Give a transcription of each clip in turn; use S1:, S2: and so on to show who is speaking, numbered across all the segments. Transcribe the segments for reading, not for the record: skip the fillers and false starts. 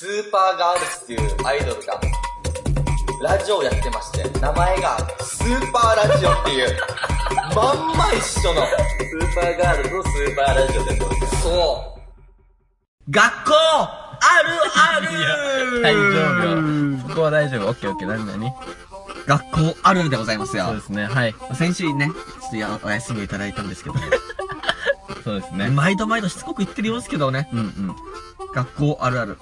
S1: スーパーガールズっていうアイドルが、ラジオをやってまして、名前がスーパーラジオっていう、まんま一緒の、スーパーガールズのスーパーラジオで撮る。そう。学校あるある
S2: 大丈夫よ。そこは大丈夫。オッケーオッケー。何
S1: 学校あるあるでございますよ。
S2: そうですね。はい。
S1: 先週ね、ちょっとお休みいただいたんですけど。
S2: そうですね。
S1: 毎度しつこく言ってるようですけどね。学校あるある。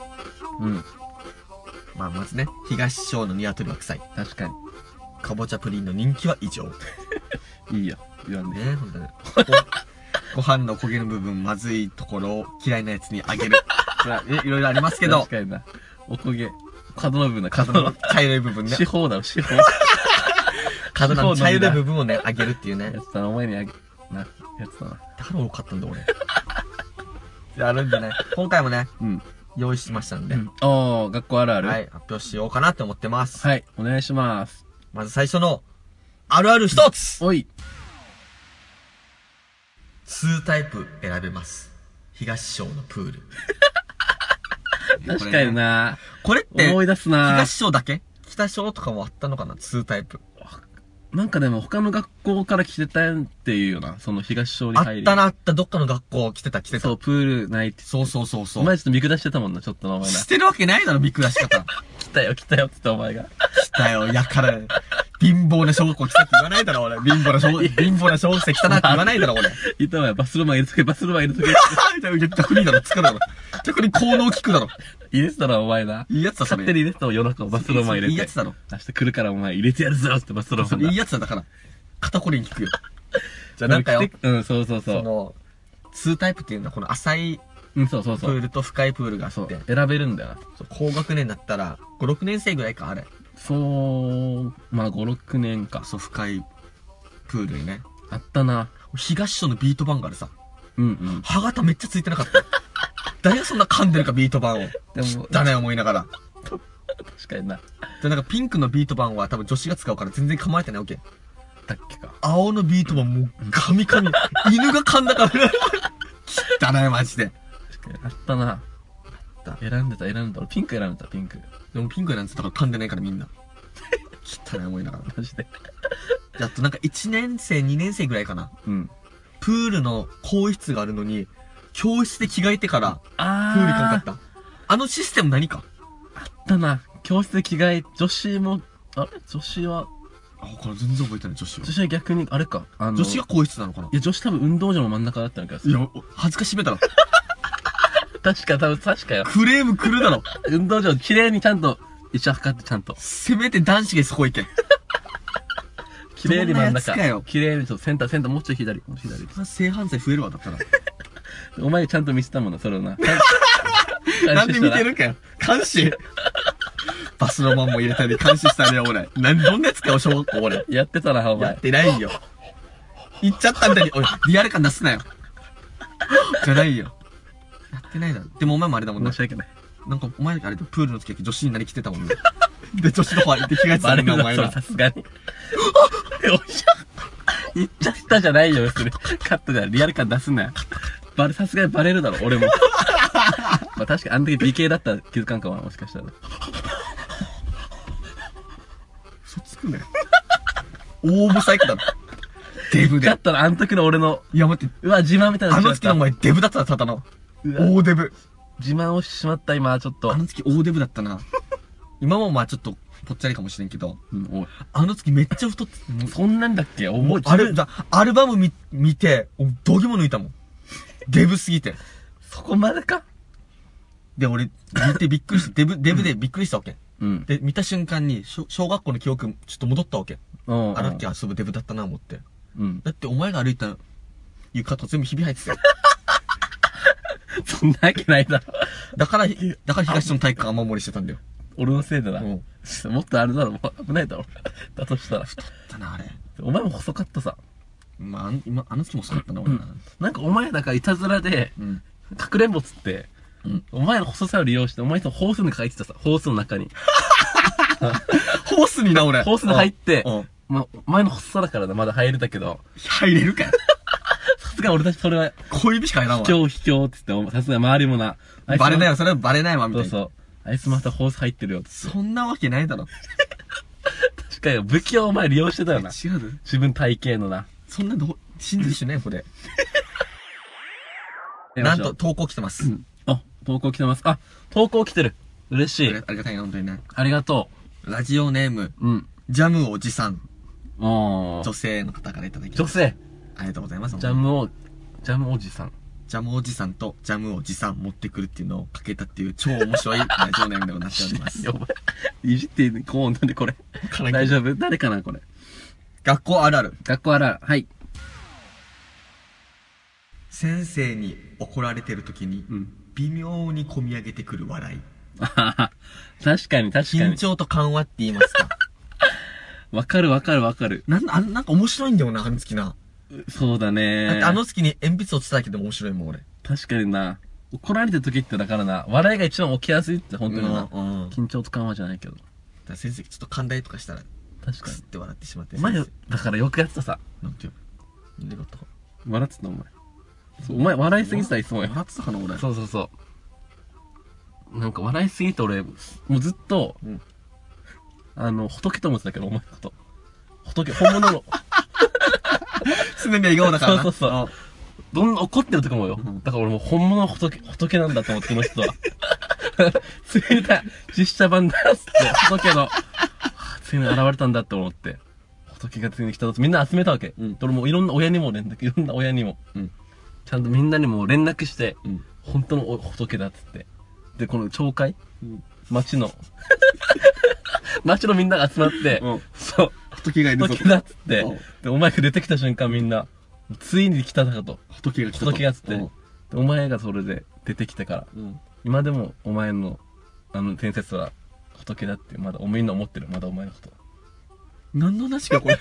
S1: まずね、東小の鶏は臭い。
S2: 確かに。
S1: かぼちゃプリンの人気は異常。
S2: いいよ。言わんで。
S1: ね、ほんとね。ご飯の焦げの部分、まずいところを嫌いなやつにあげる。いろいろありますけど。
S2: 確かにな。おこげ。角の部分だ、
S1: 角の茶色い部分ね。
S2: 四方だろ、四方。
S1: 角の茶色い部分をね、あげるっていうね。
S2: やつだな、お前にやつだな。
S1: だから多かったんだ、俺。あるんでね。今回もね、用意しましたんで。
S2: 学校あるある。
S1: はい、発表しようかなって思ってます。
S2: はい、お願いします。
S1: まず最初の、あるある一つ。
S2: おい。
S1: 2タイプ選べます。東小のプール。
S2: 確かにな。
S1: これって、
S2: 思い出すな。
S1: 東小だけ北小とかもあったのかな ?2 タイプ。
S2: なんかでも他の学校から来てたっていうよな。その東小に入り。
S1: あった。どっかの学校来てた。
S2: そう、プールないって。
S1: そう。
S2: お前ちょっと見下してたもんな、ちょっとお前な。
S1: してるわけないだろ、見下し方。
S2: 来たよって言ったお前が。
S1: 来たよ、やから、貧乏な小学校来たって言わないだろ、俺。貧乏な小学生来たなって言わないだろ、俺。
S2: 言ったわよ、バスロマン入れとけ。
S1: 逆にいいだろ、つかだろ。逆に効能効くだろ。
S2: 入れてたらお前な。
S1: いいやつだ、それ。
S2: 勝手に入れてたもん、夜中バスロマン入れて。
S1: いいやつだろ。
S2: 明日来るからお前入れてやるぞってバスロマン。
S1: いいやつだから。肩こりに効くよ。じゃあなんかよ。
S2: そう。そ
S1: の、2タイプっていうのはこの浅い、
S2: そう。
S1: プールと深いプールがあって。
S2: 選べるんだよな。
S1: 高学年だったら、5、6年生ぐらいか、あれ。
S2: そう、まあ5、6年か。
S1: そう、深いプールにね。
S2: あったな。
S1: 東署のビート板があるさ。
S2: 歯
S1: 型めっちゃついてなかった。誰がそんな噛んでるか、ビート板を。
S2: でも、
S1: だね、思いながら。
S2: 確かにな。
S1: で、なんかピンクのビート板は多分女子が使うから全然構えてないわけ。
S2: だっけか。
S1: 青のビート板もう、噛み。犬が噛んだからね。汚い、マジで。
S2: 確かに。あったな。選んでた。俺ピンク選んでた、ピンク。
S1: でもピンクなんて言ったから噛んでないからみんな。汚い思いながら。
S2: マジで。
S1: あとなんか1年生、2年生ぐらいかな。プールの更衣室があるのに、教室で着替えてから、プール行かなかった。あのシステム何か
S2: あったな。教室で着替え、女子も、女子は、
S1: これ全然覚えてない、女子は。
S2: 女子は逆に、あれか。
S1: 女子が更衣室なのかな。
S2: いや、女子多分運動場の真ん中だったのか。
S1: いや、恥ずかしめだろ。
S2: 確かよ。
S1: クレーム来るだろ。
S2: 運動場、綺麗にちゃんと、一応測ってちゃんと。
S1: せめて男子がそこ行け。
S2: 綺麗に真ん中。
S1: 綺
S2: 麗にセンター、もうちょい左。
S1: 性犯罪増えるわ、だったら。
S2: お前ちゃんと見せたもんな、それをな。
S1: なんで見てるかよ。監視。バスロマンも入れたり監視したね、俺。どんなやつかよ、小学校、俺。
S2: やってたな、お前。
S1: やってないよ。言っちゃったみたいに、おい、リアル感出すなよ。じゃないよ。やってないだろ。でもお前もあれだもんな。
S2: 申し訳ない。
S1: なんか、お前あれでプールの時女子になりきてたもんね。で、女子の方行って着替えてたもんね、お前が。
S2: さすがに。よっしゃ。言っちゃったじゃないよ、別に。カットじゃリアル感出すなよ。さすがにバレるだろ、俺も。まあ確かにあの時美形だったら気づかんかもな、もしかしたら。
S1: 嘘つくね。大ブサイクだろ。デブで。
S2: だったらあの時の俺の。
S1: いや待って。
S2: うわ、自慢みたいな。
S1: あの時のお前デブだったらただの。大デブ。
S2: 自慢をしてしまった、今、ちょっと。
S1: あの時大デブだったな。今もまあちょっと、ぽっちゃりかもしれんけど。
S2: あ
S1: の時めっちゃ太って。
S2: そんなんだっけ
S1: アルバム見て、どぎも抜いたもん。デブすぎて。
S2: そこまでか。
S1: で、俺、見てびっくりして、デブでびっくりしたわけ。で、見た瞬間に、小学校の記憶、ちょっと戻ったわけ。あの時遊ぶデブだったな、思って。だってお前が歩いた床と全部ひび入ってたよ。
S2: そんなわけないだろ。
S1: だから東の体育館雨漏りしてたんだよ。
S2: 俺のせいだな。もっとあれだろ、危ないだろ。だとしたら。
S1: 太ったな、あれ。
S2: お前も細かったさ。
S1: まあ、今、あの時も細かったな、俺な。
S2: なんかお前だからいたずらで、かくれんぼつって、お前の細さを利用して、お前とホースに書いてたさ、ホースの中に。
S1: ホースにな、俺。
S2: ホースに入って、ま、お前の細さだからまだ入れたけど。
S1: 入れるかよ。
S2: さすが俺たちそれは。
S1: 小指しか入らんわ。
S2: 卑怯って言って、さすが周りもな。
S1: バレないわ、それはバレないわ、みたいな。
S2: そう。ああいつまたホース入ってるよ。
S3: そんなわけないだろ。
S2: 確かに、武器をお前利用してたよな。
S3: 違うだろ。
S2: 自分体型のな。
S3: そんなの、信じるしね、これ。なんと、投稿来てます。
S2: あ、投稿来てます。あ、投稿来てる。嬉しい。
S3: ありがたいな、本当にね。
S2: ありがと
S3: ラジオネーム、
S2: う。
S3: ジャムおじさん。
S2: 女
S3: 性の方からいただきました。
S2: 女性。
S3: ありがとうございます。
S2: ジャムおじさん。
S3: ジャムおじさんとジャムおじさん持ってくるっていうのをかけたっていう超面白いラジオネームでござっております。
S2: やばい。いじってこうなんでこれ。大丈夫？誰かなこれ。
S3: 学校あるある。
S2: 学校あるある。はい。
S3: 先生に怒られてる時に、微妙に込み上げてくる笑い。
S2: 確かに確かに。
S3: 緊張と緩和って言いますか。
S2: わかるわかるわかる。
S3: なんか面白いんだよな、あの月な。
S2: そうだね。
S3: だってあの月に鉛筆落ちただけでも面白いもん、俺。
S2: 確かにな。怒られてる時ってだからな、笑いが一番起きやすいって本当にな。緊張と緩和じゃないけど。
S3: 先生ちょっと寛大とかしたら、
S2: 確かに。
S3: クスって笑ってしまって。
S2: 前、だからよくやってたさ。
S3: なんていうの？なんでだったか。
S2: 笑ってたお前。そう、お前笑いすぎてたいつもよ。
S3: 笑ってたかな、俺。
S2: そうそうそう。なんか笑いすぎて俺、もうずっと、仏と思ってたけど、お前のこと。仏、本物の。
S3: 常に笑顔だからな。
S2: そうそうそう。どんな怒ってるとこもよ。だから俺もう本物の仏なんだと思って、この人は。ついに実写版だっつって、仏の、ついに現れたんだって思って。仏がついに来たとみんな集めたわけ。俺もいろんな親にも連絡、いろんな親にも。ちゃんとみんなにも連絡して、本当の仏だっつって。で、この町会、町のみんなが集まって、そう、
S3: 仏がいるぞ。
S2: 仏だっつって、で、お前が出てきた瞬間みんな、ついに来ただかと。
S3: 仏が来たと。
S2: 仏がっつって、お前がそれで出てきてから、今でもお前の、伝説は仏だって、まだみんな思ってる、まだお前のこと。
S3: 何の話かこれ。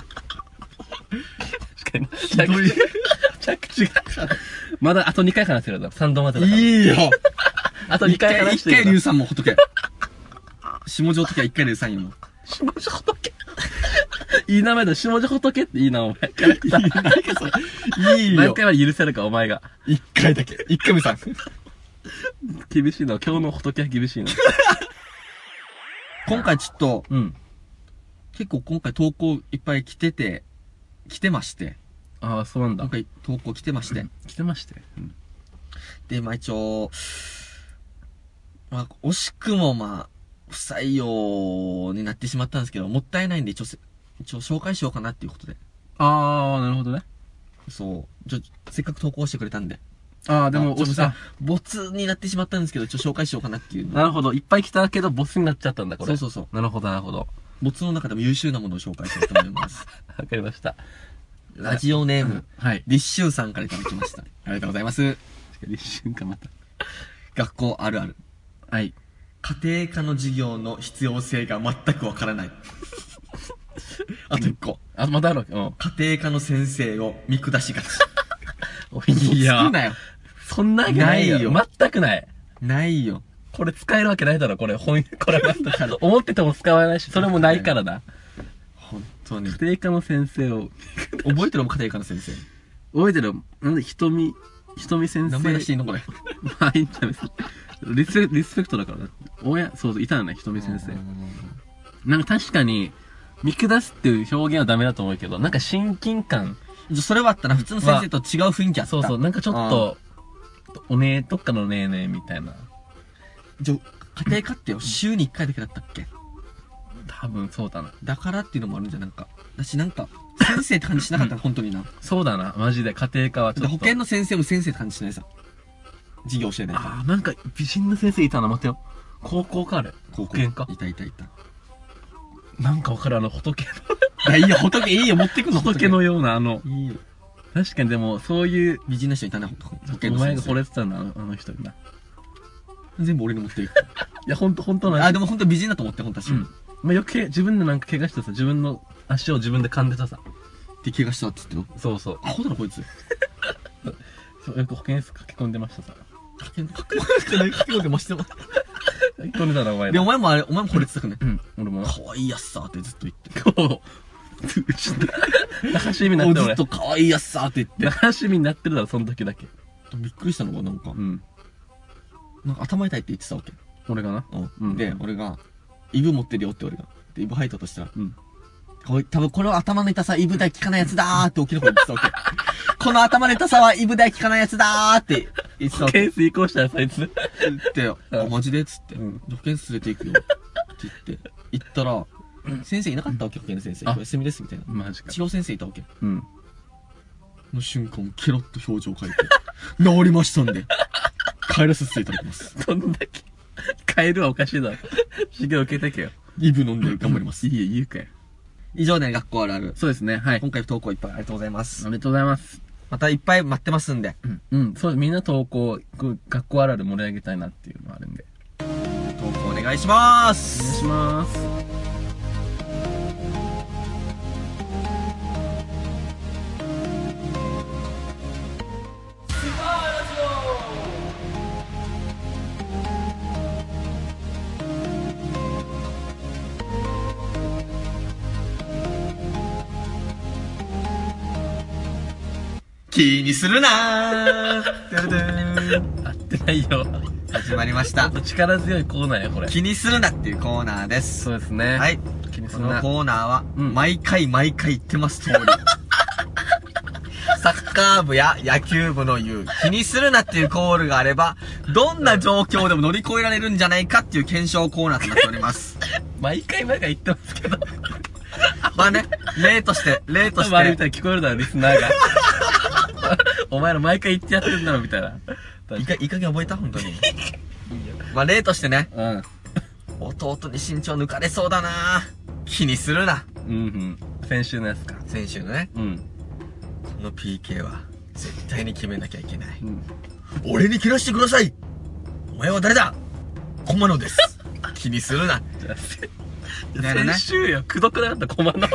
S2: 確かに。着地が。まだあと2回話してるだろ。3度までだから。
S3: いいよ。
S2: あと2回話してる。
S3: 1回龍さんも仏。下城時は1回龍さんよ。
S2: 下城仏。いい名前だ。下城仏っていいな、お前。キャラクター。いいよ。何回まで許せるか、お前が。
S3: 1回だけ。1回目さん。
S2: 厳しいな。今日の仏は厳しいな。
S3: 今回ちょっと、結構今回投稿いっぱい来てまして。
S2: ああ、そうなんだ。
S3: 今回投稿来てまして。
S2: 来てまして。
S3: で、まあ一応、まあ惜しくもまあ、不採用になってしまったんですけど、もったいないんで一応紹介しようかなっていうことで。
S2: ああ、なるほどね。
S3: そう。せっかく投稿してくれたんで。
S2: ああ、でも、
S3: ボツになってしまったんですけど、紹介しようかなっていう。
S2: なるほど。いっぱい来たけど、ボツになっちゃったんだ、これ。
S3: そうそうそう。
S2: なるほど、なるほど。
S3: ボツの中でも優秀なものを紹介しようと思います。
S2: わかりました。
S3: ラジオネーム、
S2: はい。
S3: 立春さんからいただきました。ありがとうございます。
S2: 立春かまた。
S3: 学校あるある。
S2: はい。
S3: 家庭科の授業の必要性が全くわからない。あと一個。
S2: あ、まだあるわけ。
S3: 家庭科の先生を見下しがち。
S2: いや。
S3: 少なよ。
S2: そんなわけないよ。全くない。
S3: ないよ。
S2: これ使えるわけないだろ、これ。これは。思ってても使わないし、それもないからだ。
S3: 本当に。
S2: 家庭科の先生を。
S3: 覚えてるもん、家庭科の先生。
S2: 覚えてる。なんで、ひとみ先生。
S3: 名前出していいのこれ。
S2: まあ、いいんじゃないですか。リスペクトだからね。そう、いたのね、ひとみ先生。なんか確かに、見下すっていう表現はダメだと思うけど、なんか親近感。
S3: それはあったな、普通の先生と違う雰囲気あった。
S2: そうそう、なんかちょっと、どっかのねえねえみたいな。
S3: 家庭科ってよ、週に1回だけだったっけ？
S2: 多分そうだな。
S3: だからっていうのもあるんじゃん、なんか。私なんか、先生って感じしなかったの、本当にな。
S2: そうだな、マジで。家庭科はちょっと。
S3: 保健の先生も先生って感じしないさ。授業教えないから。
S2: ああ、なんか美人の先生いたな、待てよ。高校かあれ。
S3: 保
S2: 健か。
S3: いた。
S2: なんかわかる、仏
S3: の。いや、いいよ、仏いいよ、持ってくの、
S2: 仏のような、
S3: いいよ。
S2: 確かにでも、そういう。
S3: 美人な人いたな、保健の先生。
S2: お前が惚れてたんだ、あの人にな。
S3: 全部俺に持っていく。
S2: いや、ほんとな。
S3: あ、でもほんと美人だと思って、ほんと私。
S2: まあ、よく自分でなんか怪我してさ、自分の足を自分で噛んでたさ。
S3: で、怪我したって言っての？
S2: そうそう。
S3: アホだろ、こいつ。
S2: そう、よく保健室駆け込んでましたさ。
S3: 駆け込んでましたもん。
S2: 駆け込んでたな、お前。
S3: で、お前も惚れてたくね。
S2: 俺も。
S3: 可愛いやつさーってずっと言って。
S2: こう。流し見になってる。
S3: ずっと可愛いやつさーって言って。
S2: 流し見になってるだろ、その時だけ。
S3: びっくりしたのがなんか、なんか頭痛いって言ってたわけ。
S2: 俺がな。
S3: で、俺が、イブ持ってるよって俺が。で、イブ吐いたとしたら、
S2: うん。
S3: 多分この頭の痛さ、イブ代効かないやつだーって大きな声で言ってたわけ。この頭の痛さはイブ代効かないやつだーって言ってたわけ。
S2: ケース移行したらそいつ。
S3: 言って、あ、マジでっつって、保健室連れて行くよ。って言って、行ったら、先生いなかったわけ、保健先生。お休みです、みたいな。
S2: マジか。
S3: 治療先生いたわけ。
S2: うん。
S3: の瞬間、ケロッと表情変えて、治りましたんで、帰らせていただきます。
S2: どんだけ。変えるはおかしいだろ。修行受けてけよ。
S3: イブ飲んで頑張ります。
S2: いいよ、言うかよ。
S3: 以上で学校あるある。
S2: そうですね、はい。
S3: 今回投稿いっぱいありがとうございます。
S2: ありがとうございます。
S3: またいっぱい待ってますんで。
S2: うん、そう、みんな投稿、学校あるある盛り上げたいなっていうのがあるんで。
S3: 投稿お願いしまーす。
S2: お願いします。
S3: 気にするなー。
S2: 合ってないよ。
S3: 始まりました。
S2: 力強いコーナーや、これ。
S3: 気にするなっていうコーナーです。
S2: そうですね。
S3: はい。
S2: 気にするな。
S3: このコーナーは、毎回言ってます通り。サッカー部や野球部の言う、気にするなっていうコールがあれば、どんな状況でも乗り越えられるんじゃないかっていう検証コーナーとなっております。
S2: 毎回言ってますけど。
S3: まあね、例として。
S2: 悪いみたいに聞こえるだろ、リスナーが。お前ら毎回言ってやってんだろ、みたいな。
S3: いい加減覚えた本当に。まあ例としてね。
S2: うん。
S3: 弟に身長抜かれそうだな気にするな。
S2: うんうん。先週のやつか。
S3: 先週のね。
S2: うん。
S3: この PK は、絶対に決めなきゃいけない。うん。俺に蹴らしてください。お前は誰だ駒野です。気にするな。
S2: 先週よ、くどくなかった駒野。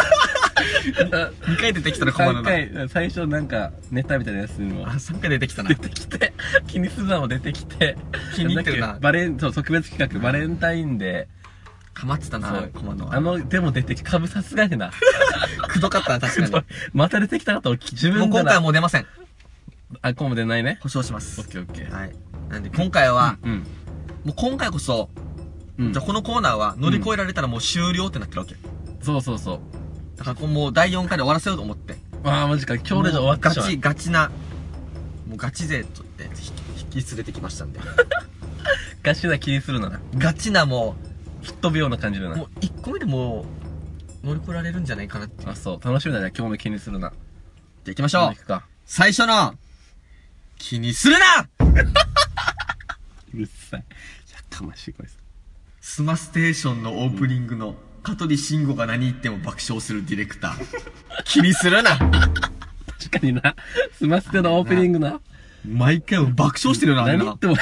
S3: 2回出てきたら駒野だ。
S2: 3回、最初なんか、ネタみたいなやつにも。
S3: あ、3回出てきたな。
S2: 出てきて、気にするなも出てきて。
S3: 気に入ってるな。
S2: そう、特別企画、バレンタインで。
S3: かまってたな、駒野は。
S2: でも出てきた、株さすがにな。
S3: くどかったな、確かに。
S2: また出てきたかと、自分で。
S3: もう今回はもう出ません。
S2: あ、今も出ないね。
S3: 保証します。
S2: オッケーオッケー。
S3: はい。なんで今回は、もう今回こそ、じゃあこのコーナーは乗り越えられたらもう終了ってなってるわけ。
S2: そうそうそう。
S3: だからもう第4回で終わらせようと思って。
S2: ああ、マジか。今日で終わったし。
S3: ガチな、もうガチ勢とって引き連れてきましたんで。
S2: ガチな気にするな。
S3: ガチなも
S2: う、吹っ飛ぶような感じだな。
S3: もう1個目でもう、乗り越えられるんじゃないかなって。
S2: あ、そう。楽しみだね。今日も気にするな。じゃ
S3: あ行きましょう。行くか。最初の、気にするな
S2: うるさい。やかましい声さ。
S3: スマステーションのオープニングの、香取慎吾が何言っても爆笑するディレクター。気にするな
S2: 確かにな。スマステのオープニングな。
S3: 毎回爆笑してるよな、あれな。
S2: 何言っても。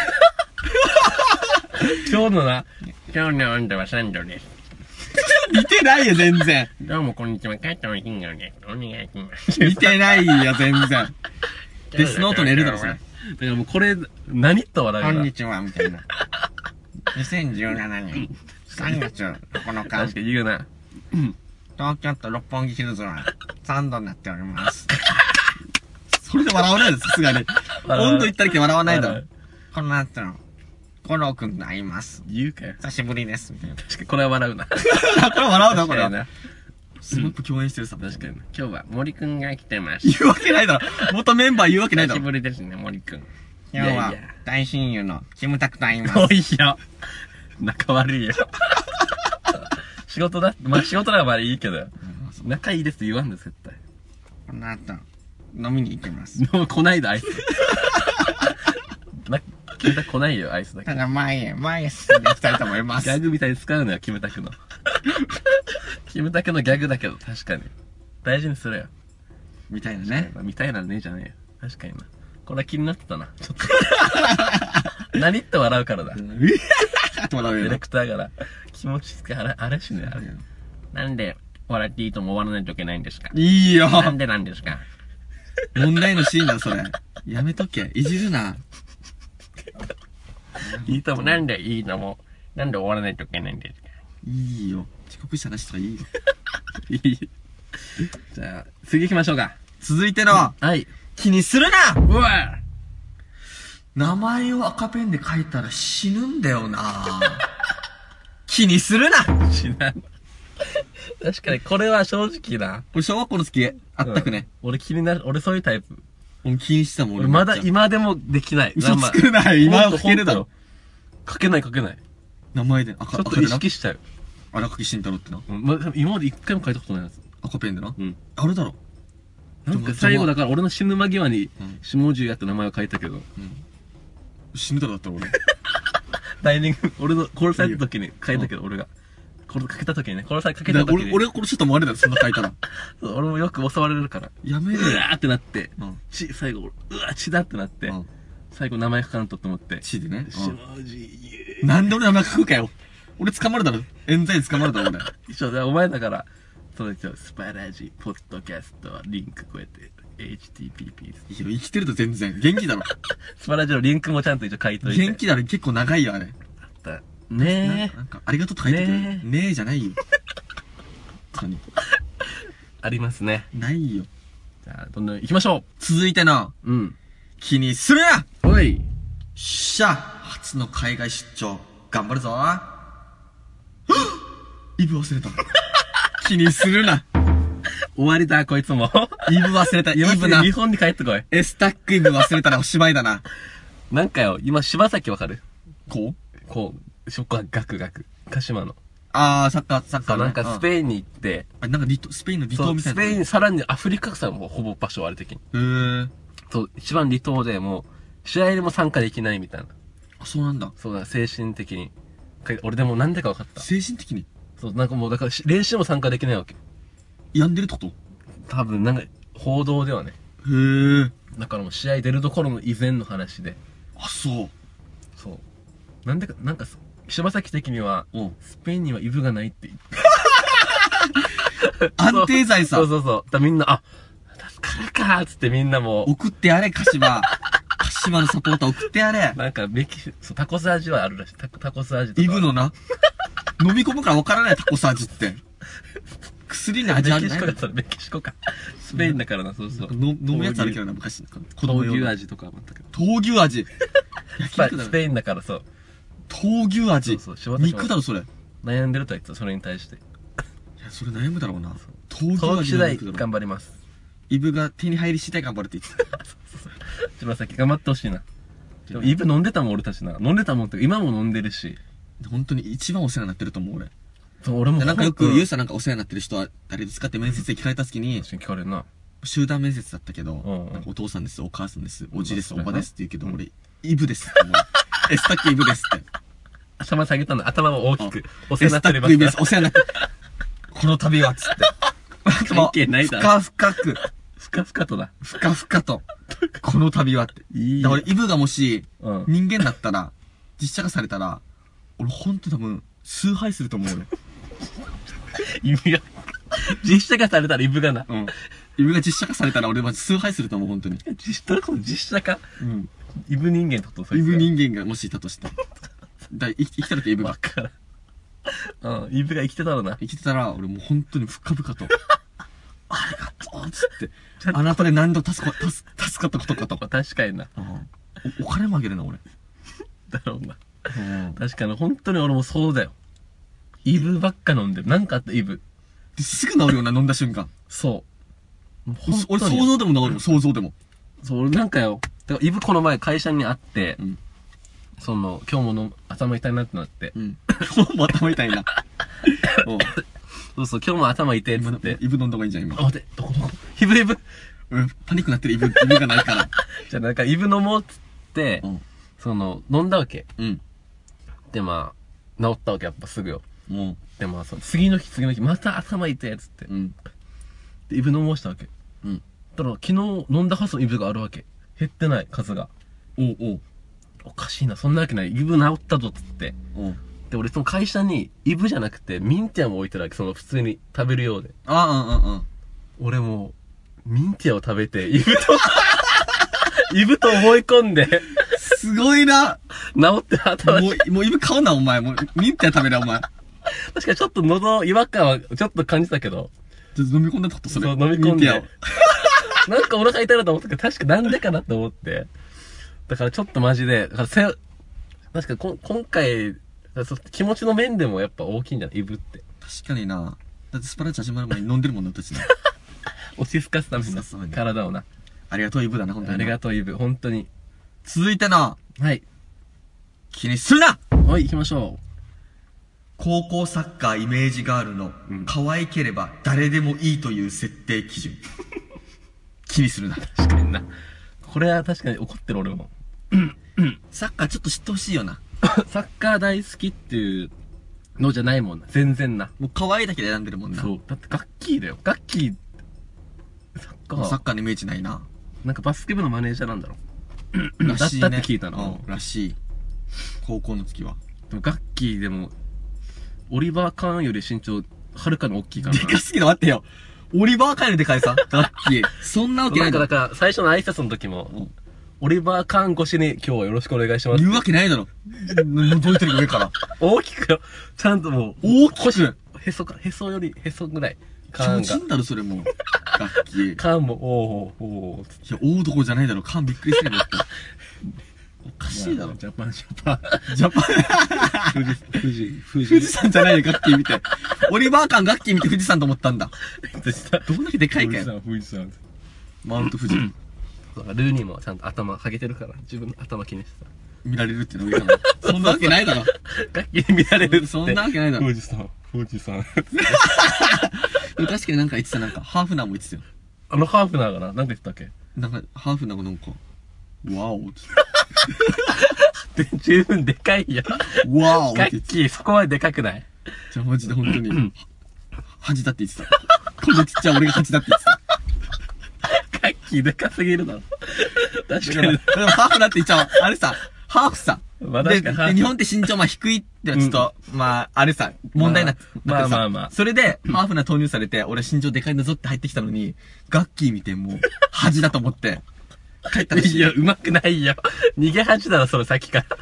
S2: 今日のな。今日の温度は3度です。
S3: 見てないよ、全然。
S2: どうもこんにちは、加藤慎吾です。お願いします。
S3: 見てないよ、全然。デスノート寝るだろ、それ。だ
S2: からもうこれ、何と笑う
S3: こんにちは、みたいな。2017年3月9日。
S2: 確かに言うな。
S3: 東京都六本木ヒルズは3度になっております。それで笑わないです、さすがに。温度言ったらけ笑わないだろ。この後の、五郎くんと会います。
S2: 言うかよ。
S3: 久しぶりです、みたいな。
S2: 確かにこれは笑うな。こ
S3: れ笑うな、これは。スマップ共演してるさ。
S2: 確かに。今日は森くんが来てます。
S3: 言うわけないだろ。元メンバー言うわけないだろ。
S2: 久しぶりですね、森くん。
S3: 今日は大親友のキムタクと会います。
S2: おいよ。仲悪いよ。仕事だ。まあ仕事ならまあいいけど。仲いいですって言わんです、絶対。
S3: この後、飲みに行きます。
S2: もう来ないで、あいつ。キムタク来ないよ、あいつだけ。
S3: ただ前へ進んでいきたいと思います。
S2: ギャグみたいに使うのよ、キムタクの。キムタクのギャグだけど、確かに。大事にするよ。
S3: みたいなね。
S2: みたいなね、じゃねえよ。確かにな。これは気になってたな。ちょっと。何って笑うからだ。ディレクターから。気持ちつけ、あれしね、あれ。なんで、笑っていいとも終わらないといけないんですか？
S3: いいよ。
S2: なんでなんですか？
S3: 問題のシーンだ、それ。やめとけ。いじるな。
S2: いいとも、なんでいいのも、なんで終わらないといけないんですか？
S3: いいよ。遅刻した話とかいいよ。
S2: いい。じゃあ、次行きましょうか。
S3: 続いての、
S2: はい。
S3: 気にするな
S2: うわ
S3: 名前を赤ペンで書いたら死ぬんだよな気にするな
S2: 知らん。確かに、これは正直な。
S3: 俺小学校の時あったくね。
S2: 俺気になる、俺そういうタイプ。
S3: 俺気にしてたもん、
S2: 俺まだ今でもできない。
S3: 嘘つくない。今は書けるだろ。
S2: 書けない。
S3: 名前で
S2: ちょっと意識しちゃう。
S3: 荒垣慎太郎ってな。
S2: 今まで一回も書いたことないやつ。
S3: 赤ペンでな。
S2: うん。
S3: あれだろ。
S2: なんか最後だから俺の死ぬ間際に、下地やって名前を書いたけど。
S3: 死ぬだろだったら俺。
S2: ダイニング、俺の殺された時に書いたけど、俺が。これかけた時にね、殺されかけた時に。
S3: 俺が殺したと思われたらそんな書いたら。
S2: 俺もよく襲われるから。
S3: やめろよ。
S2: うわーってなって、最後、うわ血だってなって、最後名前書かんとって思って。
S3: 血でね。
S2: 下地
S3: なんで俺名前書くかよ。俺捕まるだろ。冤罪で捕まるだろ、俺。
S2: 一緒だ、お前だから、そうですよ、スパラジ、ポッドキャスト、リンクこうやって、HTTP です。
S3: 生きてると全然。元気だろ。
S2: スパラジのリンクもちゃんと一応書いといて。
S3: 元気だろ、結構長いよ、あれ。
S2: ねえ。
S3: なんか、ありがとうと書いてくれ。ねえじゃないよ。
S2: ありますね。
S3: ないよ。
S2: じゃあ、どんどん行きましょう。
S3: 続いての、気にするな
S2: おい。
S3: しゃ初の海外出張、頑張るぞイブ忘れた。気にするな。
S2: 終わりだ、こいつも。
S3: イブ忘れた。イブな。
S2: 日本に帰ってこい。
S3: エスタックイブ忘れたらおしまいだな。
S2: なんかよ、今、柴崎わかる？
S3: こ
S2: う、そこはガク。鹿島の。
S3: あー、サッカー
S2: なんかスペインに行って、
S3: なんかスペインの離島みたいな。
S2: スペイン、さらにアフリカさもほぼ場所ある的に。そう、一番離島でもう、試合でも参加できないみたいな。
S3: あ、そうなんだ。
S2: そうだ、精神的に。俺でもなんでか分かった。
S3: 精神的に？
S2: そう、なんかもう、だから練習も参加できないわけ。
S3: 病んでるってこと？
S2: 多分、なんか、報道ではね。だからもう試合出るところの以前の話で。
S3: あ、そう。
S2: そう。なんでか、なんか、柴崎的には、スペインにはイブがないって言って。
S3: 安定剤さ。
S2: そう。だみんな、あ、助かるかーっつってみんなも
S3: 送ってやれ、鹿島のサポーター送ってやれ。
S2: なんか、タコス味はあるらしい。タコス味とか。
S3: イブのな。飲み込むから分からないタコス味って。薬に味あるね。
S2: メキシコか。スペインだからな、そう。
S3: 飲むやつあるけどな、昔。
S2: 豆乳味とかもあったけど。
S3: 豆乳味。
S2: スペインだからそう。
S3: 豆乳味。
S2: そう。
S3: 肉だろ、それ。
S2: 悩んでるとは言ってた、それに対して。い
S3: や、それ悩むだろうな。
S2: 豆乳味次第頑張ります。
S3: イブが手に入り次第頑張るって言ってた。
S2: 柴崎頑張ってほしいな。イブ飲んでたもん、俺たちな。飲んでたもんって、今も飲んでるし。
S3: 本当に一番お世話になってると思う、俺。
S2: そう、俺も。
S3: なんかよく、ユウさんなんかお世話になってる人は誰ですかって面接で聞かれた時に、
S2: 聞かれるな。
S3: 集団面接だったけど、お父さんです、お母さんです、おじです、おばですって言うけど、俺、イブですって思う。エスタックイブですって。
S2: 頭下げたの、頭を大きく。お世話になってる。
S3: エスタックイブです、お世話になってる。この度は、つって。
S2: 関係ないだ
S3: ろ。ふかふかとだ。ふかふかと。この度はって。だからイブがもし、人間だったら、実写化されたら、俺ほんと多分、崇拝すると思う俺。
S2: イブが、実写化されたらイブがな。
S3: イブが実写化されたら俺は崇拝すると思う、ほんとに。
S2: 実写化イブ人間ってこと？
S3: イブ人間がもしいたとして。生きてるけイブが。
S2: わからん。イブが生きてたらな。
S3: 生きてたら、俺もうほんとに深々と。ありがとうつって。あなたで何度助かったことかと。
S2: 確かにな。
S3: お金もあげるな、俺。
S2: だろうな。確かに、本当に俺もそうだよ。イブばっか飲んでる。なんかあった、イブ。
S3: すぐ治るよな、飲んだ瞬間。
S2: そう。
S3: 俺想像でも治るよ、想像でも。
S2: そう、俺なんかよ。だからイブこの前会社に会って、今日も頭痛いなってなって。
S3: 今日も頭痛いな。
S2: そう、今日も頭痛いっつって。
S3: イブ飲んだ方がいいじゃん、今。
S2: 待って、どこイブ。
S3: パニックなってるイブがないから。
S2: じゃあなんかイブ飲もうっつって、飲んだわけ。で、まあ、治ったわけ、やっぱすぐよ。で、まあ、次の日、また頭痛いっつって。で、イブ飲もうしたわけ。だから昨日飲んだはずのイブがあるわけ。減ってない、数が。おかしいな、そんなわけない。イブ治ったぞっつって。で、俺その会社にイブじゃなくてミンティアも置いてるわけ、普通に食べるようで。俺もミンティアを食べて、イブと思い込んで。
S3: すごいな。
S2: 治って頭
S3: もうイブ買うな、お前。もうミンティア食べるお前。
S2: 確かにちょっと喉違和感はちょっと感じたけど。
S3: ちょっと飲み込んだってことそれ。
S2: そう、飲み込んで。なんかお腹痛いなと思ったけど、確かなんでかなと思って。 だからちょっとマジで、だから確か今回、気持ちの面でもやっぱ大きいんじゃないイブって。
S3: 確かにな。だってスパラッチ始まる前に飲んでるもんな、私な。
S2: 落ち着かすために
S3: 落ち着かすために
S2: 体をな。
S3: ありがとうイブだな、本当にな。
S2: ありがとうイブ、本当に。
S3: 続いてな、
S2: はい。
S3: 気にするな
S2: はい、行きましょ
S3: 高校サッカーイメージガールの可愛ければ誰でもいいという設定基準。気にするな。
S2: う。確かにな。これは確かに怒ってる俺も。
S3: サッカーちょっと知ってほしいよな。
S2: サッカー大好きっていうのじゃないもんな。全然な。
S3: もう可愛いだけで選んでるもんな。
S2: そう。だってガッキーだよ。ガッキー、
S3: サッカーのイメージないな。
S2: なんかバスケ部のマネージャーなんだろ。
S3: らしいね。
S2: だったって聞いたの。
S3: らしい。高校の時は。
S2: でもガッキーでも、オリバー・カーンより身長、はるかに大きいからな。
S3: でかすぎだ、待ってよ。オリバーカーンよりでかいさ。ガッキー。そんなわけなだろ。
S2: ないんか、だから、最初の挨拶の時も、オリバー・カーン越しに今日はよろしくお願いします。
S3: 言うわけないだろ。覗いてる上から。
S2: 大きくよ。ちゃんともう、
S3: 大きく。
S2: へそより、へそぐらい。
S3: 気持ちいいんだろ、それもう。ガッキー。
S2: カーンも、おー。
S3: いや、大どころじゃないだろ。カーンびっくりするよって。おかしいだろ。
S2: ジャパン。
S3: ジャパン。富士山じゃないよ、ガッキー見て。オリバーカンガッキー見て富士山と思ったんだ。どんだけでかいかよ。
S2: 富士山。
S3: マウント富士。
S2: ルーニーもちゃんと頭下げてるから、自分の頭気にしてさ。
S3: 見られるっての上から。そんなわけないだろ。
S2: ガッキーに見られるって。
S3: そんなわけないだろ。
S2: 富士山。
S3: 確かになんか言ってた、なんか、ハーフナーも言ってたよ。
S2: ハーフナーがな、なんて言ってたっけ
S3: なんか、ハーフナーがなんか、ワオって。
S2: 十分でかいよ。
S3: ワオって
S2: ガ
S3: 言ってた。
S2: ッキー、そこまででかくない
S3: じゃあマジで本当に、恥だって言ってた。こんなちっちゃい俺が恥だって言ってた。
S2: ガッキーでかすぎるだろ。確かに。
S3: でもハーフナーって言っちゃう。あれさ、ハーフさ。
S2: まあ確かにハーフ
S3: で、日本って身長まあ低いってちょっと、まあ、あれさ、問題になって
S2: まあ
S3: さ、
S2: まあ
S3: それで、ハーフな投入されて、俺身長でかいんだぞって入ってきたのに、ガッキー見てもう、恥だと思って、帰ったらしい。
S2: いや、うまくないよ。逃げ恥だろ、それ先から。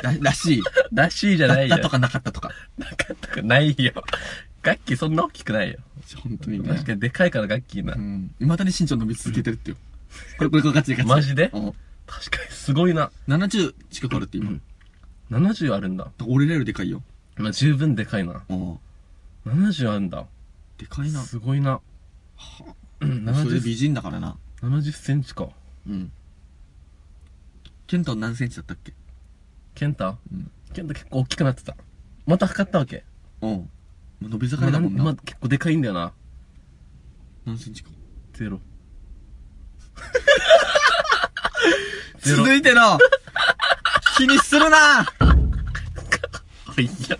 S3: らしい。
S2: らしいじゃないよ。
S3: だったとかなかったとか。
S2: なかったかないよ。ガッキーそんな大きくないよ。
S3: 本当にね。
S2: 確かにでかいからガッキーな。
S3: うん。未だに身長伸び続けてるってよ。これガチでガチで。
S2: マジで
S3: うん。
S2: 確かにすごいな。
S3: 70近くあるって今。
S2: 70あるんだ。
S3: 俺らよりでかいよ。
S2: まあ、十分でかいな。
S3: うん。
S2: 70あるんだ。
S3: でかいな。
S2: すごいな。
S3: それ
S2: 70、
S3: 美人だからな。
S2: 70センチか。
S3: うん。ケント何センチだったっけ？
S2: ケンタ
S3: うん。
S2: ケンタ結構大きくなってた。また測ったわけ。
S3: うん。もう伸び盛りだもんな。
S2: まあ結構でかいんだよな。
S3: 何センチか。
S2: ゼロ。
S3: 続いての気にするない
S2: や。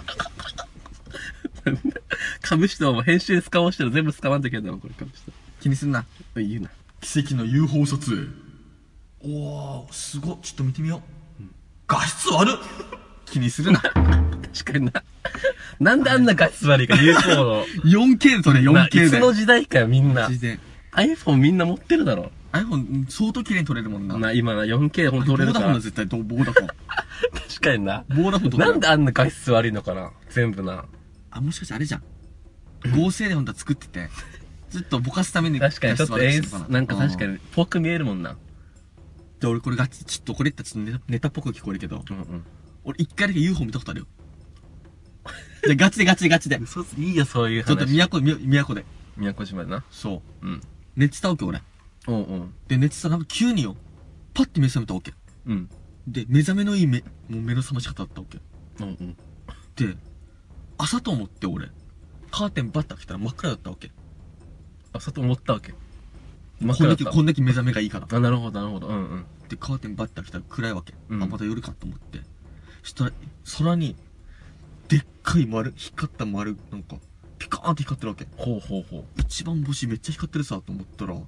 S2: かぶしても編集で使おうしてる全部使わんといけんだろ、これかぶして。
S3: 気にすんな。
S2: 言うな。
S3: 奇跡の UFO 撮影。おー、すごっ。ちょっと見てみよう。画質悪っ。気にするな。
S2: 確かにな。なんであんな画質悪いか UFO の。
S3: 4K で撮れ、4K で。
S2: いつの時代かよ、みんな。
S3: マジで。
S2: iPhone みんな持ってるだろ。
S3: iPhone 相当綺麗に撮れるもんな。
S2: 今な、4K ほんと撮れるから。
S3: ボーダフォンだ、絶対。ボーダフォン。
S2: 確かにな。
S3: ボーダフォン撮れる。
S2: なんであんな画質悪いのかな全部な。
S3: あ、もしかしてあれじゃん。合成でほんとは作ってて、ずっとぼかすために。
S2: 確かにちょっと演出、なんか確か
S3: に。
S2: に、ぽく見えるもんな。
S3: で、俺これガチ、ちょっとこれ言ったらちょっとネタっぽく聞こえるけど、
S2: うんうん。
S3: 俺一回だけ UFO 見たことあるよ。じゃあガチで。
S2: 嘘つ、いいよ、そういう話。
S3: ちょっと都で。
S2: 宮古島でな。
S3: そう。
S2: うん。
S3: 寝てたわけ俺。
S2: うんうん。
S3: で、寝てたらなんか急によ、パッて目覚めたわけ。
S2: うん。
S3: で、目覚めのいいもう目の覚まし方だったわけ。
S2: うんうん。
S3: で、朝と思って俺、カーテンバッて開けたら真っ暗だったわけ。
S2: あ、そうと思ったわけ。
S3: こんだけ目覚めがいいから。
S2: あ、なるほど、なるほど。うんうん。
S3: で、カーテンバッて開けたら暗いわけ。
S2: うん
S3: あ、また夜かと思って。そしたら、空に、でっかい丸、光った丸、なんか、ピカーンって光ってるわけ。
S2: ほうほうほう。
S3: 一番星めっちゃ光ってるさ、と思ったら、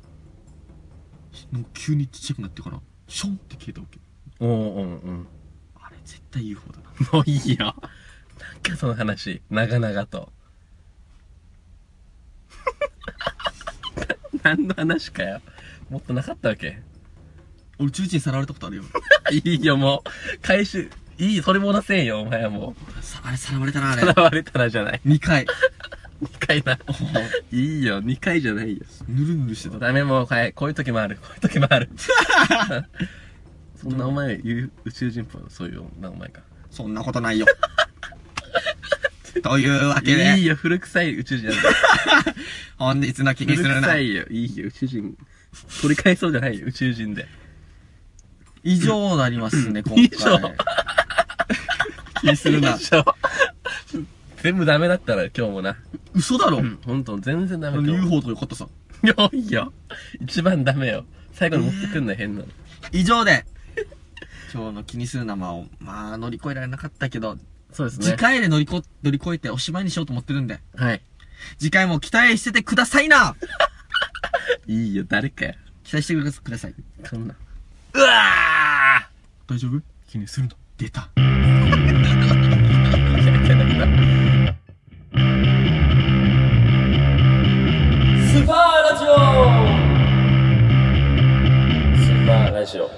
S3: なんか急にちっちゃくなってから、ションって消えたわけ。
S2: おーうんうん。
S3: あれ、絶対 UFO だな。
S2: もういいよ。なんかその話、長々と。何の話かよ。もっとなかったわけ。
S3: 俺、宇宙人さらわれたことあるよ。
S2: いいよ、もう。回収。いいよ、それもなせんよ、お前はも
S3: あれ、さらわれたな、あ
S2: う。
S3: れ。
S2: さらわれたらじゃない。
S3: 2回。
S2: 2回な。いいよ、2回じゃないよ。
S3: ぬるぬるしてた。
S2: ダメもう、はい、こういう時もある。こういう時もある。 そんなお前言う宇宙人っぽいのそういう名前か。
S3: そんなことないよ。というわけで。
S2: いいよ、古臭い宇宙人じゃない。
S3: 本日の気にするな。
S2: 古臭いよ、いいよ、宇宙人。取り返そうじゃないよ、宇宙人で。
S3: 以上なりますね、今回。
S2: 以上
S3: 気にするな。
S2: 全部ダメだったら今日もな。
S3: 嘘だろ。
S2: ほんと、全然ダメ。
S3: UFO とかよかったさ。
S2: いいよ。一番ダメよ。最後に持ってくんな、変なの。
S3: 以上で、今日の気にする生を、まあ、乗り越えられなかったけど、
S2: そうですね。
S3: 次回で乗り越えておしまいにしようと思ってるんで、
S2: はい。
S3: 次回も期待しててくださいな。
S2: いいよ、誰かよ。
S3: 期待してください。
S2: そんな。
S3: うわー大丈夫
S2: 気にするの。
S3: 出た。
S2: いや、
S1: スーパーラジオスーパーラジオ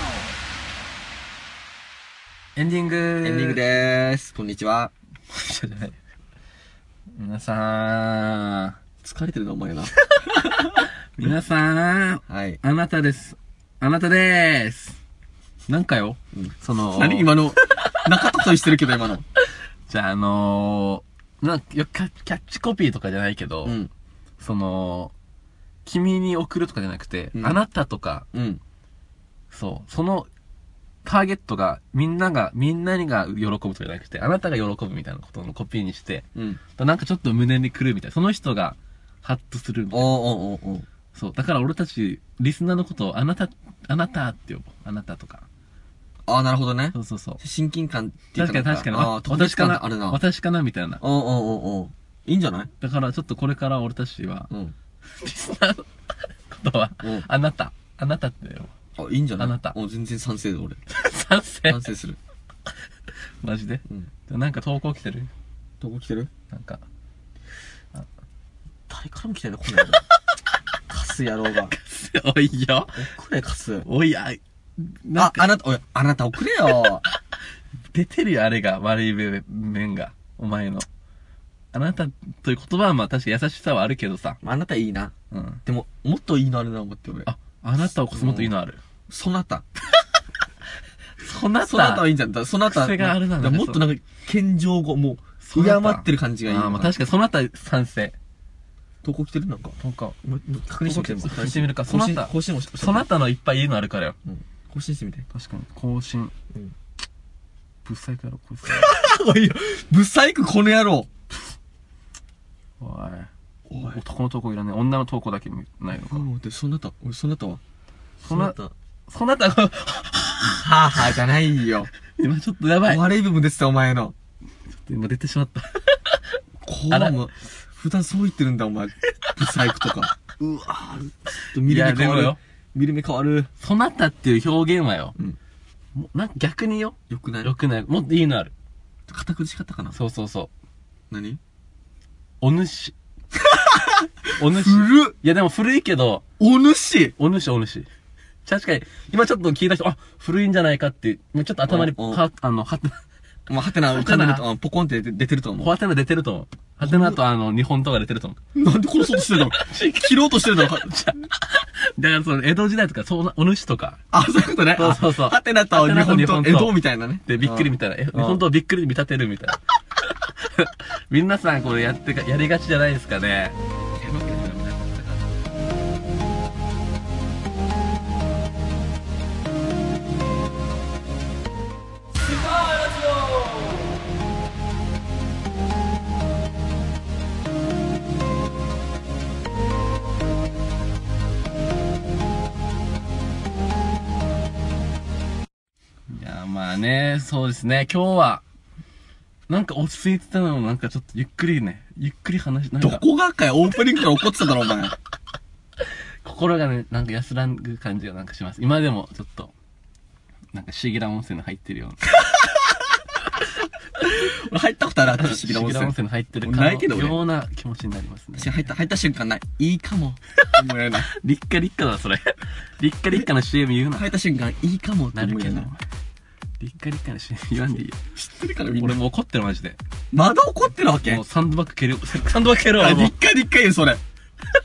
S2: エンディング
S3: エンディングでーす。こんにちは。
S2: じゃない。皆さん、
S3: 疲れてるな、お前な。
S2: 皆さん、
S3: はい。
S2: あなたです。あなたでーす。なんかよ、その、
S3: 何今の、中田としてるけど、今の。
S2: じゃあなんかキャッチコピーとかじゃないけど、
S3: うん。
S2: その、君に送るとかじゃなくて、
S3: うん
S2: あなたとか、
S3: うん。
S2: そう、その、ターゲットが、みんなが喜ぶとかじゃなくて、あなたが喜ぶみたいなことのコピーにして、
S3: うん。
S2: なんかちょっと胸にくるみたいな、その人が、ハッとするみたいな。
S3: おう。
S2: そう、だから俺たち、リスナーのことを、あなたって呼ぼう。あなたとか。
S3: ああ、なるほどね。
S2: そうそうそう。
S3: 親近感っていう
S2: 確かに確かに。
S3: ああ、
S2: 私かな
S3: あるな。
S2: 私かなみたいな。
S3: おう。いいんじゃない
S2: だからちょっとこれから俺たちは、
S3: うん。
S2: リスナーのことは
S3: うん、
S2: あなたってよ。
S3: あ、いいんじゃない
S2: あなた
S3: 全然賛成だ、俺。
S2: 賛成
S3: 賛成する。
S2: マジで
S3: うん。
S2: なんか投稿来てる
S3: どこ来てる
S2: なんか、
S3: 誰からも来てるね、この野郎。カス野郎が。
S2: おいよ。
S3: 送れ、カス。
S2: おい、なんか、
S3: あなた送れよ。
S2: 出てるよ、あれが、悪い面が。お前の。あなたという言葉はまあ確か優しさはあるけどさ。
S3: あなたいいな。
S2: うん。
S3: でも、もっといいのあるな、思って俺。
S2: あなたをこそもっといいのある。
S3: そなた。
S2: そなた。
S3: そなたはいいんじゃん。だそなた。
S2: 癖があるな
S3: だもっとなんか、謙譲語、もう、敬ってる感じがいい。
S2: まあ確かにそなた賛成。
S3: 投稿来てるなんか。
S2: なんか、
S3: 確認してみて。
S2: 確認してみるか。そなた。
S3: 更新もして。
S2: そなたのいっぱいいいのあるからよ。
S3: 更新してみて。
S2: 確かに。更新。
S3: うん。
S2: ぶっさいくやろ、こいつ。
S3: おいよ、ブサイクこの野郎。
S2: おい。
S3: おい。
S2: 男の投稿いらねえ。女の投稿だけないのか。
S3: で、そなた、おい、そなたは
S2: そなたが、
S3: はぁはぁじゃないよ。
S2: 今ちょっとやばい。
S3: 悪い部分ですよ、お前の。
S2: 今出てしまった。
S3: こうも、普段そう言ってるんだ、お前。ブサイクとか。うわぁ、見る目変わる。見る目変わる。
S2: そなたっていう表現はよ。
S3: うん。
S2: なんか逆によ。
S3: よくない
S2: よくない。もっといいのある。
S3: 堅苦しかったかな
S2: そうそうそう。
S3: 何
S2: お主。お主。
S3: 古っ
S2: いやでも古いけど、
S3: お主
S2: お主。確かに、今ちょっと聞いた人、古いんじゃないかって、もうちょっと頭に、
S3: お
S2: は
S3: てな、浮かんでると、ポコンって出てると思う。
S2: はてな出てると思う。はてなと日本刀が出てると思う。
S3: なんで殺そうとしてるの切ろうとしてるの
S2: だからその、江戸時代とか、お主とか。
S3: そういうことね。
S2: そう。
S3: はてなと日本と江戸みたいなね。
S2: で、びっくりみたいな。日本刀びっくり見立てるみたいな。皆さんこれやりがちじゃないですかね。まあね、そうですね、今日は、なんか落ち着いてたのをなんかちょっとゆっくり話しながら。
S3: どこがかいオープニングから怒ってただろ、お前。
S2: 心がね、なんか安らぐ感じがなんかします。今でもちょっと、なんかシギラ温泉に入ってるような。
S3: 俺入ったことある、不思議な温泉。
S2: 不思議な温泉に入ってる
S3: ないけど俺
S2: ような気持ちになりますね。
S3: 入った瞬間ない。いいかも。思えない。
S2: リッカリッカだ、それ。リッカリッカの CM 言うな。
S3: 入った瞬間、いいかもって
S2: なるけど
S3: 思えない。。
S2: リッカリッカの CM 言わんでいいよ。
S3: 知ってるからみんな。
S2: 俺もう怒ってるマジで。
S3: まだ怒ってるわけ
S2: もうサンドバッグ蹴る。サンドバッグ蹴るわ、もう。
S3: リッカリッカ言う、それ。